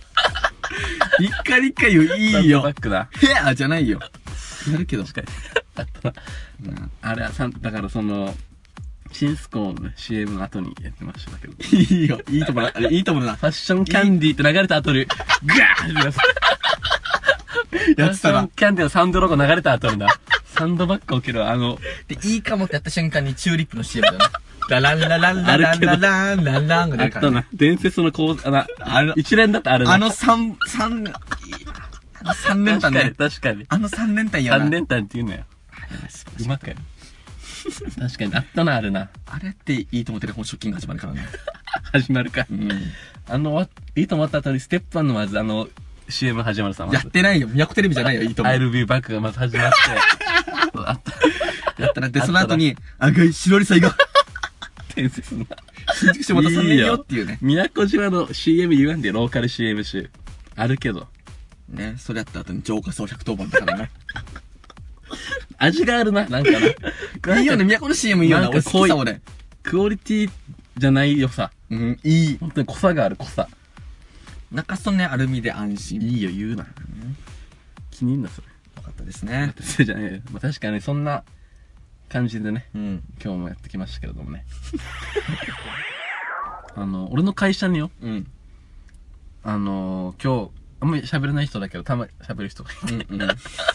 S3: リッカリッカ言う、いいよ
S2: サンドバ。ッグだ。
S3: ヘアじゃないよ。やるけど。
S2: 確かに。 あれはだからその、チンスコーンの CM の後にやってましたけど。
S3: いいよ、いいともな、あれ、いいともな。
S2: ファッションキャンディーって流れた後に、ガーッって
S3: やってたな。
S2: ファッションキャンディーのサウンドロゴ流れた後にな、サンドバッグを受ける
S1: で、いいかもってやった瞬間にチューリップの CM だよね。ラランラランラランラランランランが出るからね。
S2: あったな。伝説の一連だったあれな。
S3: 三連単ね。
S2: 確かに。
S3: 三連単やな。
S2: 三連単って言うのよ。うまくやる。確かに、あったな、あれな。
S3: あれっていいと思ってる、このショッキング始まるからね。
S2: 始まるか。
S3: うん。
S2: いいと思った後に、ステップ1のまずCM 始まるさ。
S3: やってないよ。都テレビじゃないよ、いいと思う。
S2: I'll be back がまず始まって。あった。
S3: やったな。で、その後に、赤い白リサイが、
S2: 伝説の。
S3: 新宿市また3年よっていうね。
S2: 宮古島の CM 言わんで、ローカル CM 集。あるけど。
S3: ね、それやった後に浄化層110番だからね。
S2: 味があるな、なんかな。
S3: いいよね、都の CM いいよな。俺好きさ、俺。
S2: クオリティじゃないよさ。
S3: うん、いい。
S2: 本当に濃さがある、濃さ。
S3: 中曽根アルミで安心。
S2: いいよ、言うな。気に入んな、それ。
S3: よかったですね。
S2: それじゃないよ。まあ確かにそんな感じでね、
S3: うん。
S2: 今日もやってきましたけれどもね。俺の会社によ、
S3: うん。
S2: 今日、あんまり喋れない人だけど、たまに喋る人がいて。
S3: うん。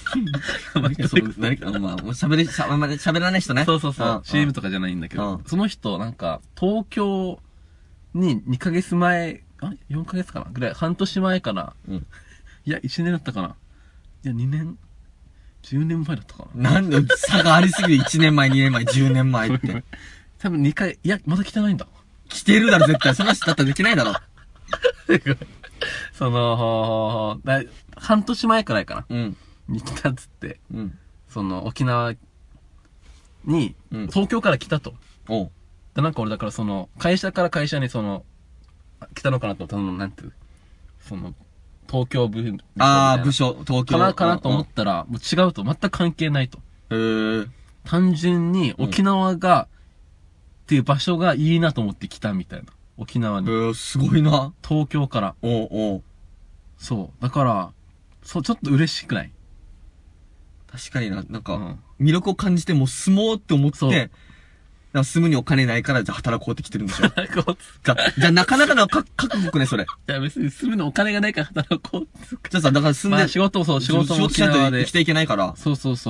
S3: 何か、まあ、もう喋らない人ね。
S2: そうそうそう。CM とかじゃないんだけど、その人、なんか、東京に2ヶ月前、4ヶ月かなぐらい、半年前かな。
S3: うん。
S2: いや、1年だったかな。いや、2年、10年前だったかな。
S3: なんで差がありすぎる。1年前、2年前、10年前って。
S2: 多分2回、いや、まだ来てないんだ。
S3: 来てるだろ、絶対。その人だったらできないだろ。
S2: 半年前くらいかな。
S3: うん。
S2: に来たっつって、
S3: うん。
S2: 沖縄に、東京から来たと。
S3: おう。
S2: で、なんか俺だから会社から会社に来たのかなと、なんていう、東京部みたいな。
S3: 部署、東京。
S2: かなと思ったら、もう違うと、全く関係ないと。単純に沖縄が、っていう場所がいいなと思って来たみたいな。沖縄に。
S3: すごいな。
S2: 東京から。
S3: おう。
S2: そう。だから、ちょっと嬉しくない？
S3: 確かにな、なんか、魅力を感じてもう住もうって思って、住むにお金ないから、じゃあ働こうって来てるんでしょ。じゃあなかなかの覚悟ね、それ。
S2: いや別に住むのお金がないから働こうって。
S3: じゃあさ、だから住んで、
S2: 仕事も沖縄で
S3: 生きていけないから。
S2: そう。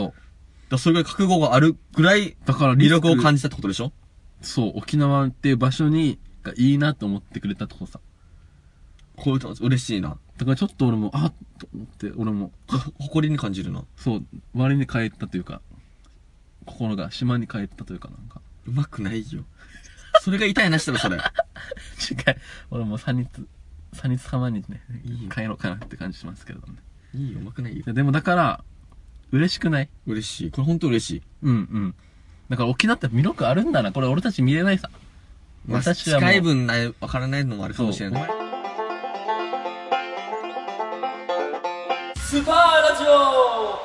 S3: それぐらい覚悟があるぐらい、
S2: だから
S3: 魅力を感じたってことでしょ？
S2: そう、沖縄っていう場所がいいなと思ってくれたとこさ。
S3: こういうと嬉しいな。
S2: だからちょっと俺も、と思って、俺も。
S3: 誇りに感じるな。
S2: そう、周りに帰ったというか、心が島に帰ったというかなんか。
S3: うまくないよ。それが痛いなしたらそれ。
S2: 違う。俺も三日浜にね、帰ろうかなって感じしますけれどもね。
S3: いいよ、うまくないよ。
S2: でもだから、嬉しくない？
S3: 嬉しい。これほんと嬉しい。
S2: うん。だから沖縄って魅力あるんだな。これ俺たち見れないさ。
S3: 私はもう。近い分わからないのもあるかもしれない。
S1: スーパーラジオ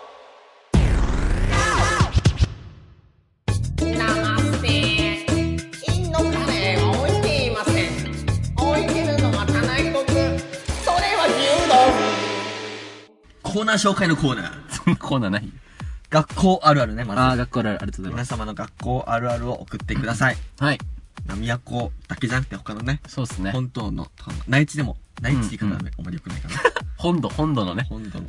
S3: コーナー紹介のコーナー。
S2: そんなコーナーないよ。
S3: 学校あるあるね、まず。
S2: 学校あるある。ありがとうございます。
S3: 皆様の学校あるあるを送ってください。
S2: はい。
S3: 都だけじゃなくて他のね。
S2: そうですね。
S3: 本当の、内地でも、内地行くのはあんまり良くないかな。
S2: 本土のね。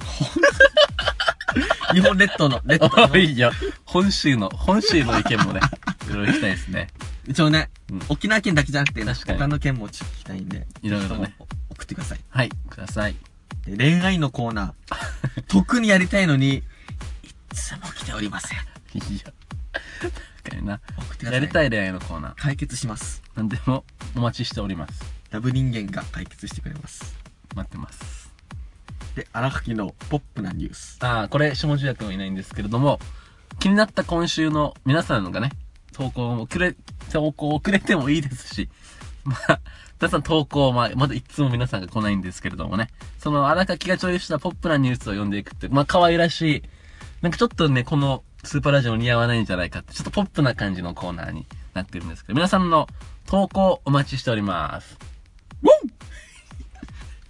S3: 日本列島の。
S2: いいよ。本州の意見もね、いろいろ聞きたいですね。
S3: 一応ね、沖縄県だけじゃなくて、他の県も聞きたいんで。
S2: いろいろね。
S3: 送ってください。
S2: はい、ください。
S3: 恋愛のコーナー。特にやりたいのに、いつも来ておりません。
S2: いや。確かにな。やりたい恋愛のコーナー。
S3: 解決します。
S2: 何でもお待ちしております。
S3: ラブ人間が解決してくれます。
S2: 待ってます。
S3: で、荒垣のポップなニュース。
S2: これ、下地役もいないんですけれども、気になった今週の皆さんがね、投稿をくれてもいいですし、皆さん投稿まだいつも皆さんが来ないんですけれどもね、その荒垣がチョイスしたポップなニュースを読んでいくって、可愛らしい、なんかちょっとね、このスーパーラジオ似合わないんじゃないかって、ちょっとポップな感じのコーナーになってるんですけど、皆さんの投稿お待ちしております。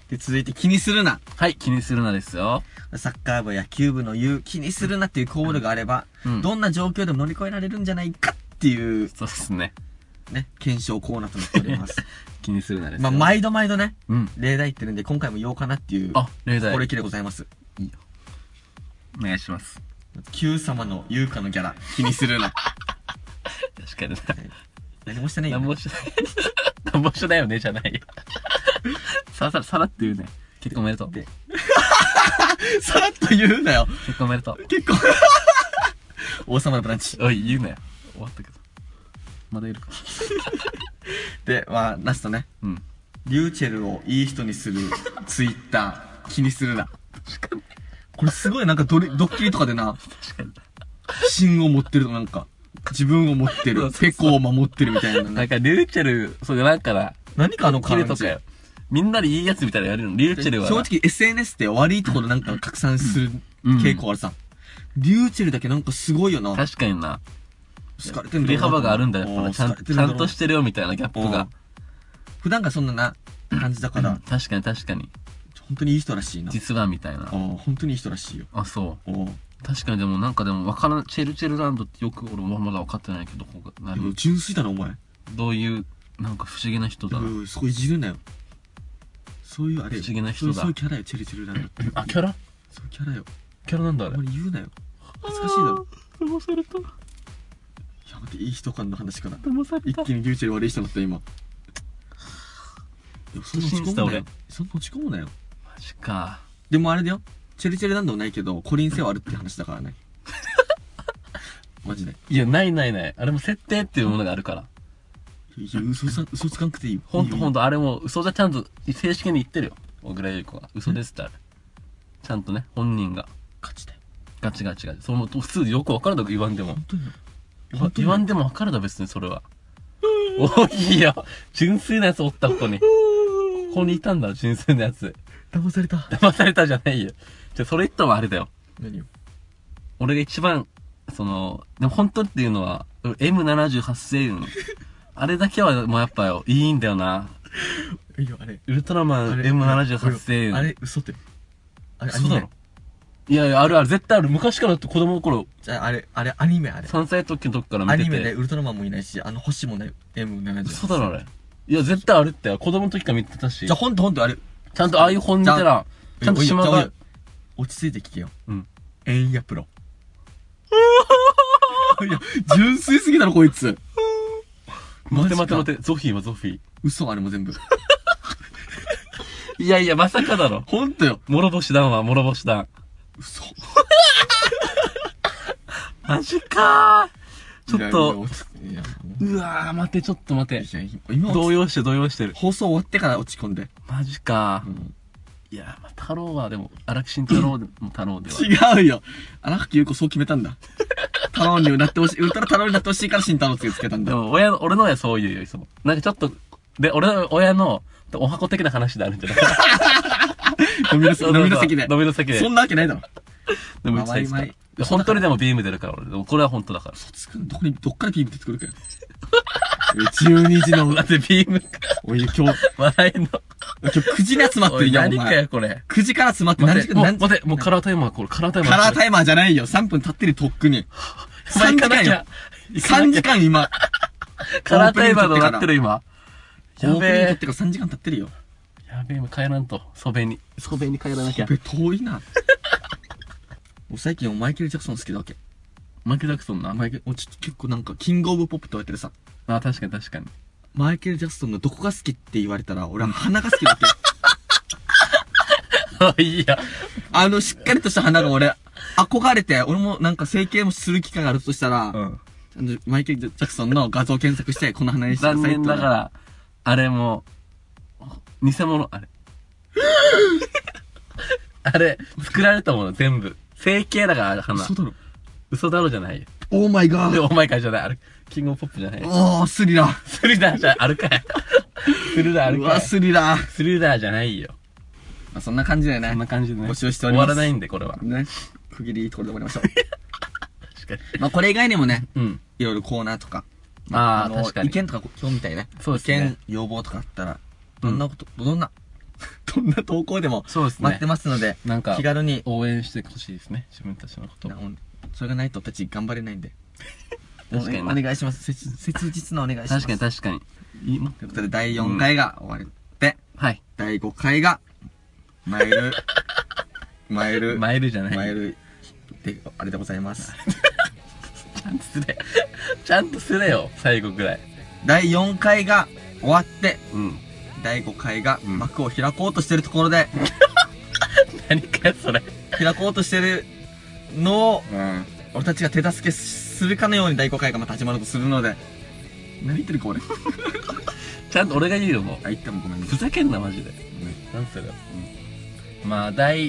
S3: で、続いて気にするな。
S2: はい、気にするなですよ。
S3: サッカー部、野球部の言う気にするなっていうコールがあれば、どんな状況でも乗り越えられるんじゃないかっていう、
S2: そうですね。
S3: ね、検証コーナーとなっております。
S2: 気にするなですよ。
S3: まあ、毎度毎度ね、
S2: うん。
S3: 例題言ってるんで、今回も言おうかなっていう、
S2: あ、例題。
S3: 心意気でございます。
S2: お願いします。
S3: Q 様の優香のギャラ、気にするな。
S2: 確かにな。
S3: 何もしてないよ、ね。
S2: 何もしてない。何もしてないよね、じゃないよ。さらって言うね。結婚おめでとう。
S3: でさらっと言うなよ。
S2: 結婚おめでとう。
S3: 結構王様のブランチ。
S2: おい、言うなよ。終わったけど。まだいるか。
S3: で、まあ、ラストね。
S2: うん。
S3: リューチェルをいい人にするツイッター、気にするな。これすごいなんかドッキリとかでな、
S2: 確かに。
S3: 芯を持ってるとなんか、自分を持ってる、ペコを守ってるみたいなね。
S2: なんか、リューチェル、そうなんかな。
S3: 何かあの
S2: キレとかよ。みんなでいいやつみたいなのやるの。リューチェルは。
S3: 正直 SNS って悪いところなんか拡散する傾向あるさ。リューチェルだけなんかすごいよな。
S2: 確かにな。
S3: 好かれてんだ
S2: 振り幅があるんだよ、やっぱちゃんとしてるよみたいなギャップが。
S3: 普段がそんな感じだから。
S2: 確かに確かに。
S3: 本当にいい人らしいな。
S2: 実はみたいな。
S3: 本当にいい人らしいよ。
S2: あ、そう。確かにでもなんかでもわからん、チェルチェルランドってよく俺もまだ分かってないけど、ここが何
S3: 純粋だな、お前。
S2: どういう、なんか不思議な人だな。
S3: そこいじるなよ。そういうあれ。
S2: 不思議な人だ。
S3: そういうキャラよ、チェルチェルランドって。
S2: あ、キャラ
S3: そういうキャラよ。
S2: キャラなんだあれ。
S3: あんまり言うなよ。恥ずかしいだろ。
S2: 騙された。
S3: やめて、いい人感の話から。
S2: 騙された。
S3: 一気にリューチェル悪い人になった今。そんな落ち込むなよ。そんな落ち込むなよ。
S2: マジか。
S3: でもあれだよ。チェルチェルランドもないけど、コリン性はあるって話だからね。マジで。
S2: いや、ないないない。あれも設定っていうものがあるから。
S3: いや、嘘つかんくていいよ。
S2: ほんと、あれも嘘じゃちゃんと正式に言ってるよ。小倉優子が。嘘ですってあれ。ちゃんとね、本人が。
S3: ガチだよ。
S2: ガチガチガチ。それも普通よくわかるだろ、言わんでも。
S3: 本当に
S2: 言わんでもわかるだろ、別にそれは。おいよ。純粋なやつおった、ここに。ここにいたんだ、純粋なやつ。
S3: 騙された。
S2: 騙されたじゃないよ。それ言ったのはあれだよ。
S3: 何よ。
S2: 俺が一番、でも本当っていうのは、M78 星雲。あれだけはもうやっぱよ、いいんだよな。
S3: いいよ、あれ。
S2: ウルトラマン M78 星雲。
S3: あれ、嘘って。あれ、
S2: 嘘だろ。いやいや、あるある、絶対ある。昔からだって子供の頃。
S3: じゃあ、あれ、アニメあれ。
S2: 3歳の時から見てて。
S3: アニメでウルトラマンもいないし、星もない。M78。
S2: 嘘だろ、あれ。いや、絶対あるって。子供の時から見てたし。
S3: じゃあ、ほんとあれ。
S2: ちゃんとああいう本見たら、ちゃんと島が。
S3: 落ち着いて聞けよ。
S2: うん。
S3: エンヤプロ。いや、純粋すぎだろ、こいつ。
S2: 待て。ゾフィーはゾフィー。
S3: 嘘、あれも全部。
S2: いやいや、まさかだろ。
S3: ほんとよ。
S2: 諸星団は諸星団。
S3: 嘘。
S2: マジかー。ちょっと、
S3: いや
S2: うわー、待て、ちょっと待て。
S3: 今
S2: 動揺してる。
S3: 放送終わってから落ち込んで。
S2: マジかー。いや、太郎はでも、荒木慎太郎でも太郎では。
S3: 違うよ。荒木優子そう決めたんだ。太郎になってほしい、ウルトラ太郎になってほしいから慎太郎つけたんだ。
S2: でも、俺の親そう言うよ、いつも。なんかちょっと、で、俺の親の、お箱的な話であるんじゃない
S3: 飲みの席で。
S2: 飲みの席で。
S3: そんなわけないだろ。
S2: 飲みの席で。本当にでもビーム出るから、俺。これは本当だから。
S3: どっからビーム出てくるかよ。12時の。
S2: だってビームか。
S3: おい、今日。
S2: 笑いの。
S3: 今日9時に集まってるよ、
S2: 何かよ、これ。
S3: 9時から集まって
S2: 何時間待て、もうカラータイマー、これ、カラータイマー。
S3: カラータイマーじゃないよ。3分経ってるとっくに。3時間よ。3時間今。
S2: カラータイマーとなってる今。
S3: やべえ。ってか3時間経ってるよ。
S2: やべえ、もう帰らんと。袖に帰らなきゃ。
S3: 袖遠いな。最近マイケル・ジャクソン好きだわけ。
S2: マイケル・ジャクソンな。
S3: 結構なんか、キング・オブ・ポップって言われてるさ。
S2: あ、確かに確かに。
S3: マイケル・ジャクソンのどこが好きって言われたら、俺は鼻が好きだ
S2: わけ。いや。
S3: しっかりとした鼻が俺、憧れて、俺もなんか整形もする機会があるとしたら、マイケル・ジャクソンの画像検索して、この鼻にしてくださいって。
S2: 残念ながら、あれも、偽物、あれ。あれ、作られたもの全部。整形だから、鼻。
S3: 嘘だろ。
S2: 嘘だろじゃないよ。
S3: オーマイガー。
S2: オーマイガーじゃない。あれ、キングオブポップじゃない。
S3: スリラー。
S2: スリラーじゃ、あるかい。スリラーあるかい。
S3: スリラー。
S2: スリラーじゃないよ。
S3: そんな感じだよね。
S2: そんな感じでね。
S3: 募集しております。
S2: 終わらないんで、これは。
S3: ね。区切りいいところで終わりましょう。
S2: 確かに。
S3: まあ、これ以外にもね、
S2: うん。
S3: いろいろコーナーとか。
S2: 確かに。
S3: 意見とか今日みたいね。
S2: そうですね。
S3: 意見、要望とかあったら、どんなどんな投稿でも
S2: そうですね。
S3: 待ってますので、
S2: なんか
S3: 気、軽に。
S2: 応援してほしいですね。自分たちのことを。
S3: それがないとたち頑張れないんで。
S2: 確かにな
S3: お願いします。切実なお願いします。
S2: 確かに確かに。いいもん。
S3: ということで、第4回が終わって、
S2: はい。
S3: 第5回が、マイル
S2: じゃない。
S3: マイルで、あれでございます。
S2: ちゃんとすれ。ちゃんとすれよ、最後ぐらい。
S3: 第4回が終わって、
S2: うん。
S3: 第5回が幕を開こうとしてるところで、
S2: 何かよ、それ。
S3: 開こうとしてるのを、
S2: うん。
S3: 俺たちが手助けするかのように第5回がまた始まるとするので、何言ってるか俺。
S2: ちゃんと俺が言うよ、も
S3: あ、言ってもごめん
S2: う。
S3: ね。
S2: ふざけんな、マジで。なんそれよ。まあ、第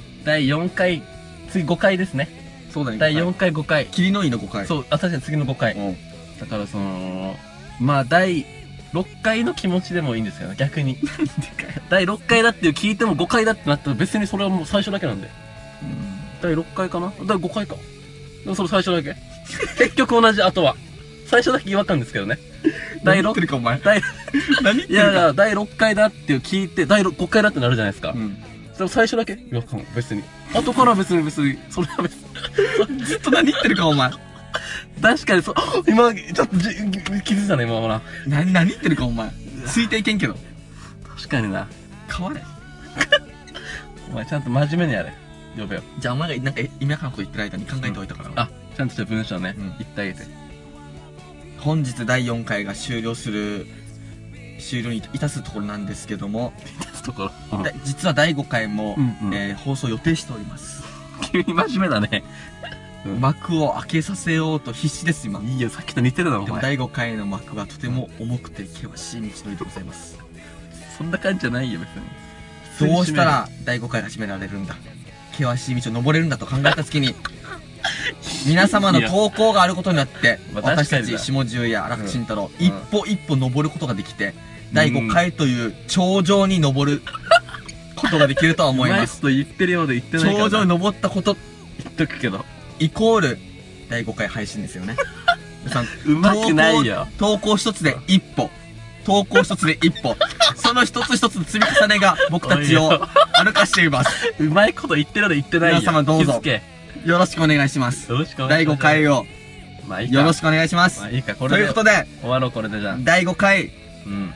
S2: 4回、次5回ですね。
S3: そうだね。
S2: 第4回、5回。
S3: 霧のいいの5回。
S2: そう、あ、確かに次の5回。
S3: うん。
S2: だからその、まあ第6回の気持ちでもいいんですよね、逆に。第6回だっていう聞いても5回だってなったら別にそれはもう最初だけなんで。第6回かな第5回か。でもそれ最初だけ。結局同じ、あとは。最初だけ違和感ですけどね。第6
S3: 何言ってるかお前。
S2: 第、
S3: 何言って
S2: いやい
S3: るか。
S2: や、第6回だっていう聞いて、5回だってなるじゃないですか。
S3: うん。
S2: でも最初だけ違和感、別に。後から別に、それは別に。
S3: ずっと何言ってるかお前。
S2: 確かに今、ちょっと気づいたね、今ほら。
S3: 何言ってるかお前。推定いけんけど。
S2: 確かにな。
S3: 変われ。
S2: お前ちゃんと真面目にやれ。呼べよ。
S3: じゃあお前がなんか意味わからんこと言ってる間に考えておいたから。
S2: あ、ちゃんとした文章ね、
S3: うん
S2: 言ってあげて。
S3: 本日第4回が終了に至すところなんですけども、
S2: 出すところ。
S3: 実は第5回も、
S2: うん
S3: 放送予定しております。
S2: 急に真面目だね。
S3: 幕を開けさせようと必死です今。
S2: いいよ、さっきと似てるな、お前。
S3: でも第5回の幕はとても重くて険しい道のりでございます。
S2: そんな感じじゃないよ、別に。
S3: どうしたら第5回が締められるんだ、険しい道を登れるんだと考えた月に、皆様の投稿があることによって、
S2: まあ
S3: 私たち
S2: 確かに
S3: 下十や荒木慎太郎、
S2: うん
S3: 一歩一歩登ることができて、第5回という頂上に登ることができるとは思います。
S2: うまいこと言ってるようで言ってないからな。
S3: 頂上に登ったこと、
S2: 言っとくけど。
S3: イコール、第5回配信ですよね。皆さん
S2: うまくないよ。
S3: 投稿一つで一歩。投稿一つで一歩。その一つ一つの積み重ねが僕たちを歩かしています。
S2: うまいこと言ってるようで言ってないよ。
S3: 皆様どうぞ
S2: 気づけ。
S3: よろしくお願いします。
S2: よろしくお願
S3: 第5
S2: いします。
S3: 回を
S2: まあいいか。
S3: よろしくお願いします
S2: まあ。いいか、ことれで
S3: いうことで、
S2: 終わろう、これでじゃあ。
S3: 第5回、
S2: うん。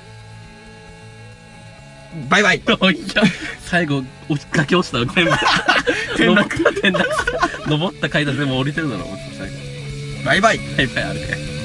S3: バイバイ。
S2: おいや、最後、崖落ちたら全部。
S3: 転落
S2: 転落。登った階段全部降りてるだろ、最後。
S3: バイバイ。
S2: バイバイあるね。